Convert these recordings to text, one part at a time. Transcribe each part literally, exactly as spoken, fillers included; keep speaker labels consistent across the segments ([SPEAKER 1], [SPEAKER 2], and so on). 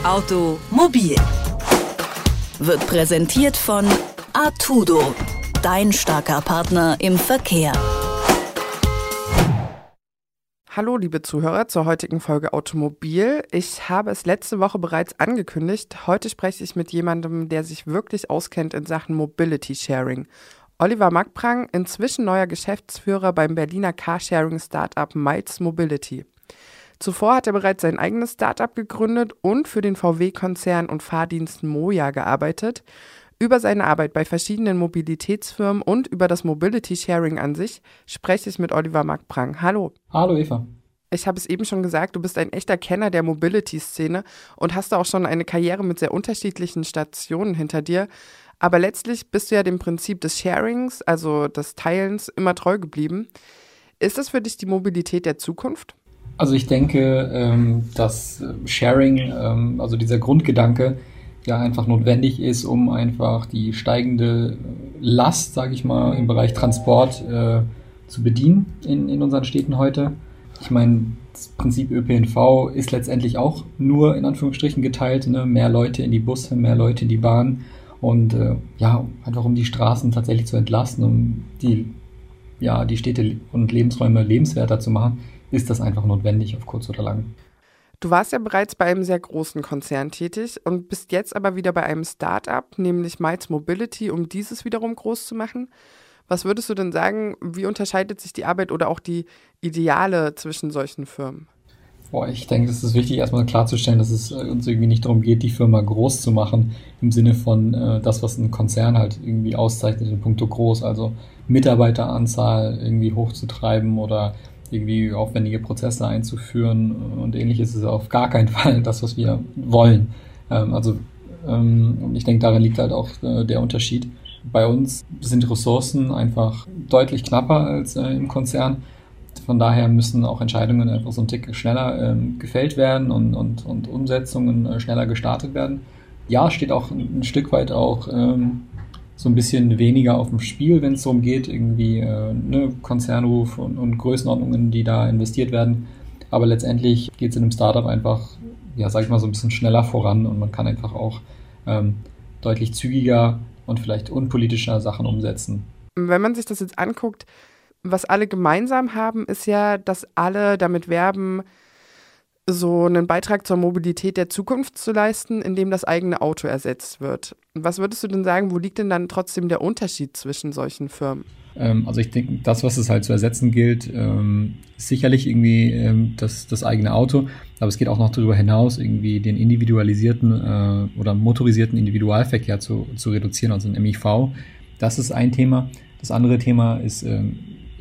[SPEAKER 1] Automobil wird präsentiert von Artudo, dein starker Partner im Verkehr.
[SPEAKER 2] Hallo liebe Zuhörer zur heutigen Folge Automobil. Ich habe es letzte Woche bereits angekündigt. Heute spreche ich mit jemandem, der sich wirklich auskennt in Sachen Mobility Sharing. Oliver Magprang, inzwischen neuer Geschäftsführer beim Berliner Carsharing-Startup Miles Mobility. Zuvor hat er bereits sein eigenes Startup gegründet und für den V W-Konzern und Fahrdienst Moja gearbeitet. Über seine Arbeit bei verschiedenen Mobilitätsfirmen und über das Mobility Sharing an sich spreche ich mit Oliver Magprang. Hallo.
[SPEAKER 3] Hallo Eva.
[SPEAKER 2] Ich habe es eben schon gesagt, du bist ein echter Kenner der Mobility-Szene und hast auch schon eine Karriere mit sehr unterschiedlichen Stationen hinter dir. Aber letztlich bist du ja dem Prinzip des Sharings, also des Teilens, immer treu geblieben. Ist das für dich die Mobilität der Zukunft?
[SPEAKER 3] Also ich denke, dass Sharing, also dieser Grundgedanke, ja einfach notwendig ist, um einfach die steigende Last, sage ich mal, im Bereich Transport äh, zu bedienen in, in unseren Städten heute. Ich meine, das Prinzip Ö P N V ist letztendlich auch nur in Anführungsstrichen geteilt, ne? Mehr Leute in die Busse, mehr Leute in die Bahn und äh, ja, einfach um die Straßen tatsächlich zu entlasten, um die, ja, die Städte und Lebensräume lebenswerter zu machen, ist das einfach notwendig auf kurz oder lang.
[SPEAKER 2] Du warst ja bereits bei einem sehr großen Konzern tätig und bist jetzt aber wieder bei einem Start-up, nämlich Miles Mobility, um dieses wiederum groß zu machen. Was würdest du denn sagen, wie unterscheidet sich die Arbeit oder auch die Ideale zwischen solchen Firmen?
[SPEAKER 3] Boah, ich denke, es ist wichtig, erstmal klarzustellen, dass es uns irgendwie nicht darum geht, die Firma groß zu machen, im Sinne von äh, das, was ein Konzern halt irgendwie auszeichnet in puncto groß, also Mitarbeiteranzahl irgendwie hochzutreiben oder irgendwie aufwendige Prozesse einzuführen und ähnliches ist auf gar keinen Fall das, was wir wollen. Ähm, also ähm, ich denke, darin liegt halt auch äh, der Unterschied. Bei uns sind Ressourcen einfach deutlich knapper als äh, im Konzern. Von daher müssen auch Entscheidungen einfach so ein Tick schneller ähm, gefällt werden und, und, und Umsetzungen äh, schneller gestartet werden. Ja, steht auch ein, ein Stück weit auch ähm, so ein bisschen weniger auf dem Spiel, wenn es darum geht, irgendwie äh, ne, Konzernruf und, und Größenordnungen, die da investiert werden. Aber letztendlich geht es in einem Startup einfach, ja, sag ich mal, so ein bisschen schneller voran und man kann einfach auch ähm, deutlich zügiger und vielleicht unpolitischer Sachen umsetzen.
[SPEAKER 2] Wenn man sich das jetzt anguckt, was alle gemeinsam haben, ist ja, dass alle damit werben, so einen Beitrag zur Mobilität der Zukunft zu leisten, indem das eigene Auto ersetzt wird. Was würdest du denn sagen, wo liegt denn dann trotzdem der Unterschied zwischen solchen Firmen?
[SPEAKER 3] Ähm, also ich denke, das, was es halt zu ersetzen gilt, ähm, ist sicherlich irgendwie ähm, das, das eigene Auto, aber es geht auch noch darüber hinaus, irgendwie den individualisierten äh, oder motorisierten Individualverkehr zu, zu reduzieren, also ein M I V. Das ist ein Thema. Das andere Thema ist ähm,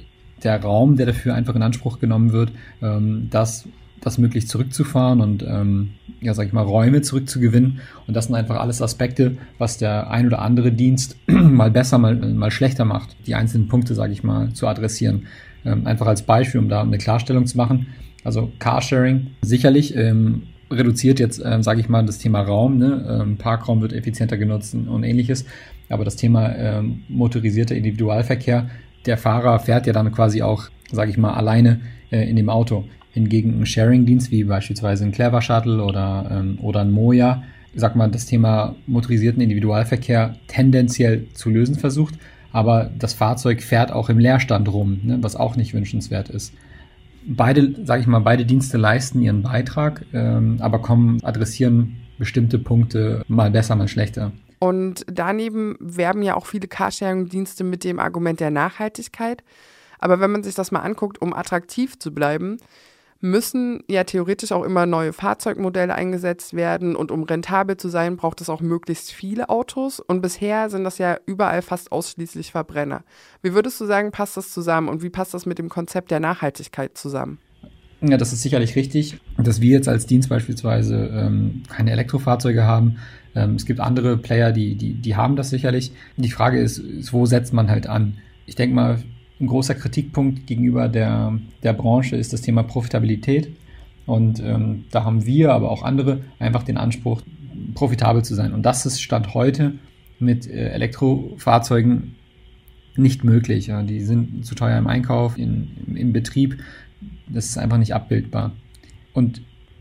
[SPEAKER 3] der Raum, der dafür einfach in Anspruch genommen wird, ähm, dass das möglichst zurückzufahren und ähm, ja, sag ich mal, Räume zurückzugewinnen. Und das sind einfach alles Aspekte, was der ein oder andere Dienst mal besser, mal, mal schlechter macht, die einzelnen Punkte, sage ich mal, zu adressieren. Ähm, einfach als Beispiel, um da eine Klarstellung zu machen. Also Carsharing sicherlich ähm, reduziert jetzt, ähm, sage ich mal, das Thema Raum. Ne? Ähm, Parkraum wird effizienter genutzt und ähnliches. Aber das Thema ähm, motorisierter Individualverkehr, der Fahrer fährt ja dann quasi auch, sage ich mal, alleine äh, in dem Auto. Hingegen ein Sharing-Dienst wie beispielsweise ein Clever Shuttle oder, ähm, oder ein Moja, sag mal, das Thema motorisierten Individualverkehr tendenziell zu lösen versucht, aber das Fahrzeug fährt auch im Leerstand rum, ne, was auch nicht wünschenswert ist. Beide, sage ich mal, beide Dienste leisten ihren Beitrag, ähm, aber kommen, adressieren bestimmte Punkte mal besser, mal schlechter.
[SPEAKER 2] Und daneben werben ja auch viele Carsharing-Dienste mit dem Argument der Nachhaltigkeit. Aber wenn man sich das mal anguckt, um attraktiv zu bleiben, müssen ja theoretisch auch immer neue Fahrzeugmodelle eingesetzt werden und um rentabel zu sein, braucht es auch möglichst viele Autos und bisher sind das ja überall fast ausschließlich Verbrenner. Wie würdest du sagen, passt das zusammen und wie passt das mit dem Konzept der Nachhaltigkeit zusammen?
[SPEAKER 3] Ja, das ist sicherlich richtig, dass wir jetzt als Dienst beispielsweise ähm, keine Elektrofahrzeuge haben. Ähm, es gibt andere Player, die, die, die haben das sicherlich. Die Frage ist, ist, wo setzt man halt an? Ich denke mal, ein großer Kritikpunkt gegenüber der, der Branche ist das Thema Profitabilität. Und ähm, da haben wir, aber auch andere, einfach den Anspruch, profitabel zu sein. Und das ist Stand heute mit äh, Elektrofahrzeugen nicht möglich. Ja. Die sind zu teuer im Einkauf, in, im, im Betrieb. Das ist einfach nicht abbildbar. Und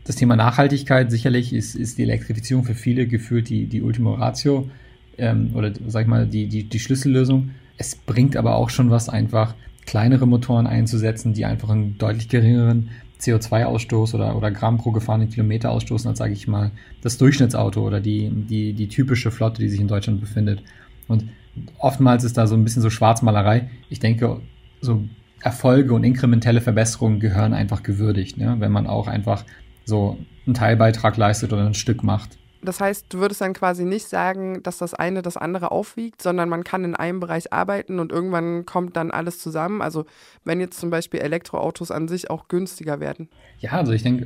[SPEAKER 3] das Thema Nachhaltigkeit, sicherlich ist, ist die Elektrifizierung für viele gefühlt die, die Ultima Ratio ähm, oder sag ich mal die, die, die Schlüssellösung. Es bringt aber auch schon was, einfach kleinere Motoren einzusetzen, die einfach einen deutlich geringeren C O zwei Ausstoß oder, oder Gramm pro gefahrenen Kilometer ausstoßen, als, sage ich mal, das Durchschnittsauto oder die, die, die typische Flotte, die sich in Deutschland befindet. Und oftmals ist da so ein bisschen so Schwarzmalerei. Ich denke, so Erfolge und inkrementelle Verbesserungen gehören einfach gewürdigt, ne? Wenn man auch einfach so einen Teilbeitrag leistet oder ein Stück macht.
[SPEAKER 2] Das heißt, du würdest dann quasi nicht sagen, dass das eine das andere aufwiegt, sondern man kann in einem Bereich arbeiten und irgendwann kommt dann alles zusammen. Also wenn jetzt zum Beispiel Elektroautos an sich auch günstiger werden.
[SPEAKER 3] Ja, also ich denke,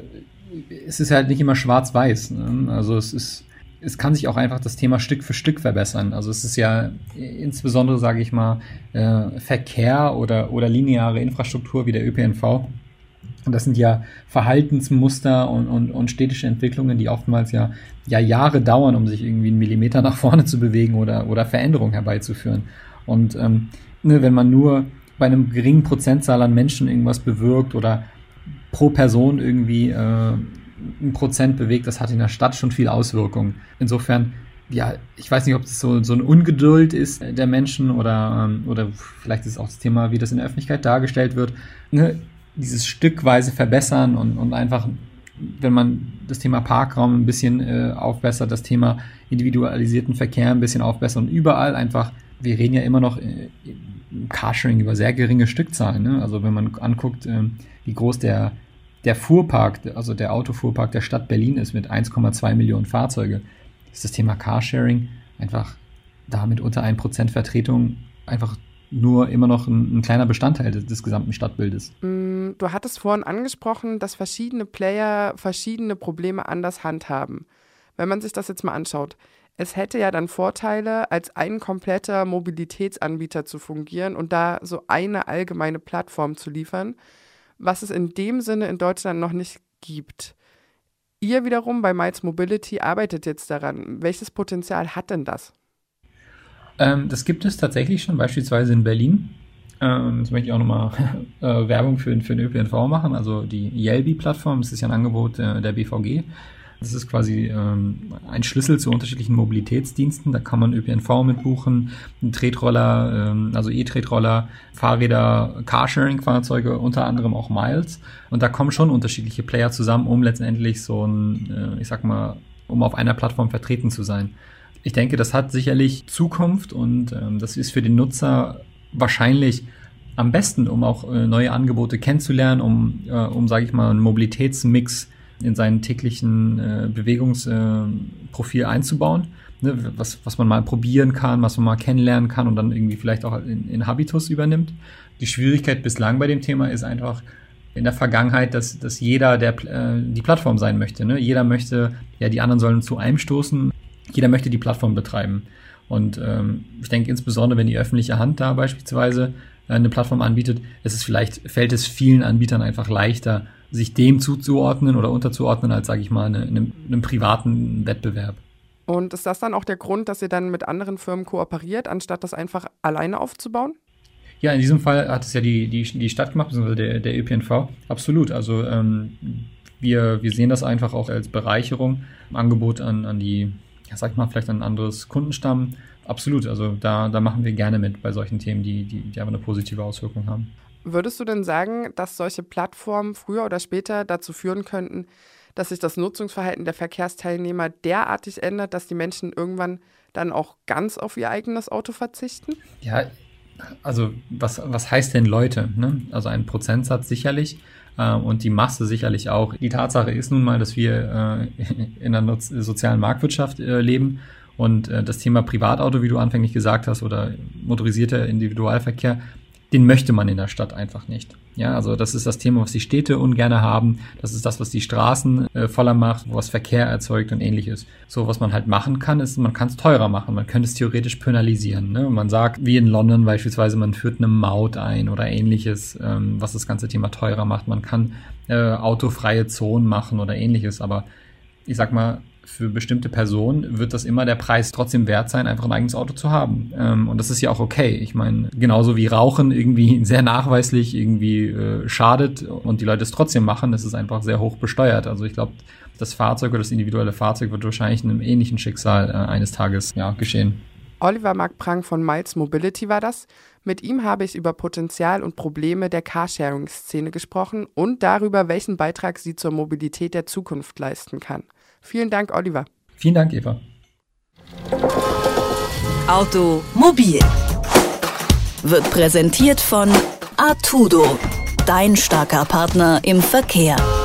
[SPEAKER 3] es ist halt nicht immer schwarz-weiß, ne? Also es ist, es kann sich auch einfach das Thema Stück für Stück verbessern. Also es ist ja insbesondere, sage ich mal, äh, Verkehr oder, oder lineare Infrastruktur wie der Ö P N V. Und das sind ja Verhaltensmuster und, und, und städtische Entwicklungen, die oftmals ja, ja Jahre dauern, um sich irgendwie einen Millimeter nach vorne zu bewegen oder, oder Veränderungen herbeizuführen. Und ähm, ne, wenn man nur bei einem geringen Prozentzahl an Menschen irgendwas bewirkt oder pro Person irgendwie äh, ein Prozent bewegt, das hat in der Stadt schon viel Auswirkungen. Insofern, ja, ich weiß nicht, ob das so, so eine Ungeduld ist der Menschen oder, ähm, oder vielleicht ist es auch das Thema, wie das in der Öffentlichkeit dargestellt wird, ne? Dieses stückweise verbessern und, und einfach, wenn man das Thema Parkraum ein bisschen äh, aufbessert, das Thema individualisierten Verkehr ein bisschen aufbessern und überall einfach, wir reden ja immer noch äh, im Carsharing über sehr geringe Stückzahlen, ne? Also wenn man anguckt, äh, wie groß der, der Fuhrpark, also der Autofuhrpark der Stadt Berlin ist mit eins Komma zwei Millionen Fahrzeuge, ist das Thema Carsharing einfach damit unter ein Prozent Vertretung einfach nur immer noch ein, ein kleiner Bestandteil des, des gesamten Stadtbildes.
[SPEAKER 2] Du hattest vorhin angesprochen, dass verschiedene Player verschiedene Probleme anders handhaben. Wenn man sich das jetzt mal anschaut, es hätte ja dann Vorteile, als ein kompletter Mobilitätsanbieter zu fungieren und da so eine allgemeine Plattform zu liefern, was es in dem Sinne in Deutschland noch nicht gibt. Ihr wiederum bei Miles Mobility arbeitet jetzt daran. Welches Potenzial hat denn das?
[SPEAKER 3] Ähm, das gibt es tatsächlich schon, beispielsweise in Berlin. Ähm, jetzt möchte ich auch nochmal äh, Werbung für, für den Ö P N V machen, also die Yelby-Plattform, das ist ja ein Angebot äh, der B V G. Das ist quasi ähm, ein Schlüssel zu unterschiedlichen Mobilitätsdiensten. Da kann man Ö P N V mitbuchen, Tretroller, ähm, also E-Tretroller, Fahrräder, Carsharing-Fahrzeuge, unter anderem auch Miles. Und da kommen schon unterschiedliche Player zusammen, um letztendlich so ein, äh, ich sag mal, um auf einer Plattform vertreten zu sein. Ich denke, das hat sicherlich Zukunft und ähm, das ist für den Nutzer wahrscheinlich am besten, um auch äh, neue Angebote kennenzulernen, um, äh, um sage ich mal, einen Mobilitätsmix in seinen täglichen äh, Bewegungsprofil äh, einzubauen, ne, was, was man mal probieren kann, was man mal kennenlernen kann und dann irgendwie vielleicht auch in, in Habitus übernimmt. Die Schwierigkeit bislang bei dem Thema ist einfach in der Vergangenheit, dass, dass jeder der, äh, die Plattform sein möchte. Ne? Jeder möchte, ja, die anderen sollen zu einem stoßen. Jeder möchte die Plattform betreiben. Und ähm, ich denke insbesondere, wenn die öffentliche Hand da beispielsweise eine Plattform anbietet, ist es vielleicht, fällt es vielen Anbietern einfach leichter, sich dem zuzuordnen oder unterzuordnen, als, sage ich mal, eine, eine, einem privaten Wettbewerb.
[SPEAKER 2] Und ist das dann auch der Grund, dass ihr dann mit anderen Firmen kooperiert, anstatt das einfach alleine aufzubauen?
[SPEAKER 3] Ja, in diesem Fall hat es ja die, die, die Stadt gemacht, beziehungsweise der, der Ö P N V. Absolut. Also ähm, wir, wir sehen das einfach auch als Bereicherung, Angebot an, an die, ja, sag ich mal, vielleicht ein anderes Kundenstamm. Absolut. Also da, da machen wir gerne mit bei solchen Themen, die, die, die aber eine positive Auswirkung haben.
[SPEAKER 2] Würdest du denn sagen, dass solche Plattformen früher oder später dazu führen könnten, dass sich das Nutzungsverhalten der Verkehrsteilnehmer derartig ändert, dass die Menschen irgendwann dann auch ganz auf ihr eigenes Auto verzichten?
[SPEAKER 3] Ja, also was, was heißt denn Leute? Ne? Also ein Prozentsatz sicherlich äh, und die Masse sicherlich auch. Die Tatsache ist nun mal, dass wir äh, in einer Nutz- sozialen Marktwirtschaft äh, leben und äh, das Thema Privatauto, wie du anfänglich gesagt hast, oder motorisierter Individualverkehr, den möchte man in der Stadt einfach nicht. Ja, also das ist das Thema, was die Städte ungerne haben. Das ist das, was die Straßen äh, voller macht, was Verkehr erzeugt und ähnliches. So, was man halt machen kann, ist, man kann es teurer machen. Man könnte es theoretisch penalisieren. Ne? Man sagt, wie in London beispielsweise, man führt eine Maut ein oder ähnliches, ähm, was das ganze Thema teurer macht. Man kann äh, autofreie Zonen machen oder ähnliches. Aber ich sag mal, für bestimmte Personen wird das immer der Preis trotzdem wert sein, einfach ein eigenes Auto zu haben. Ähm, und das ist ja auch okay. Ich meine, genauso wie Rauchen irgendwie sehr nachweislich irgendwie äh, schadet und die Leute es trotzdem machen, das ist einfach sehr hoch besteuert. Also ich glaube, das Fahrzeug oder das individuelle Fahrzeug wird wahrscheinlich in einem ähnlichen Schicksal äh, eines Tages ja, geschehen.
[SPEAKER 2] Oliver Marc Prang von Miles Mobility war das. Mit ihm habe ich über Potenzial und Probleme der Carsharing-Szene gesprochen und darüber, welchen Beitrag sie zur Mobilität der Zukunft leisten kann. Vielen Dank, Oliver.
[SPEAKER 3] Vielen Dank, Eva.
[SPEAKER 1] Automobil wird präsentiert von Artudo, dein starker Partner im Verkehr.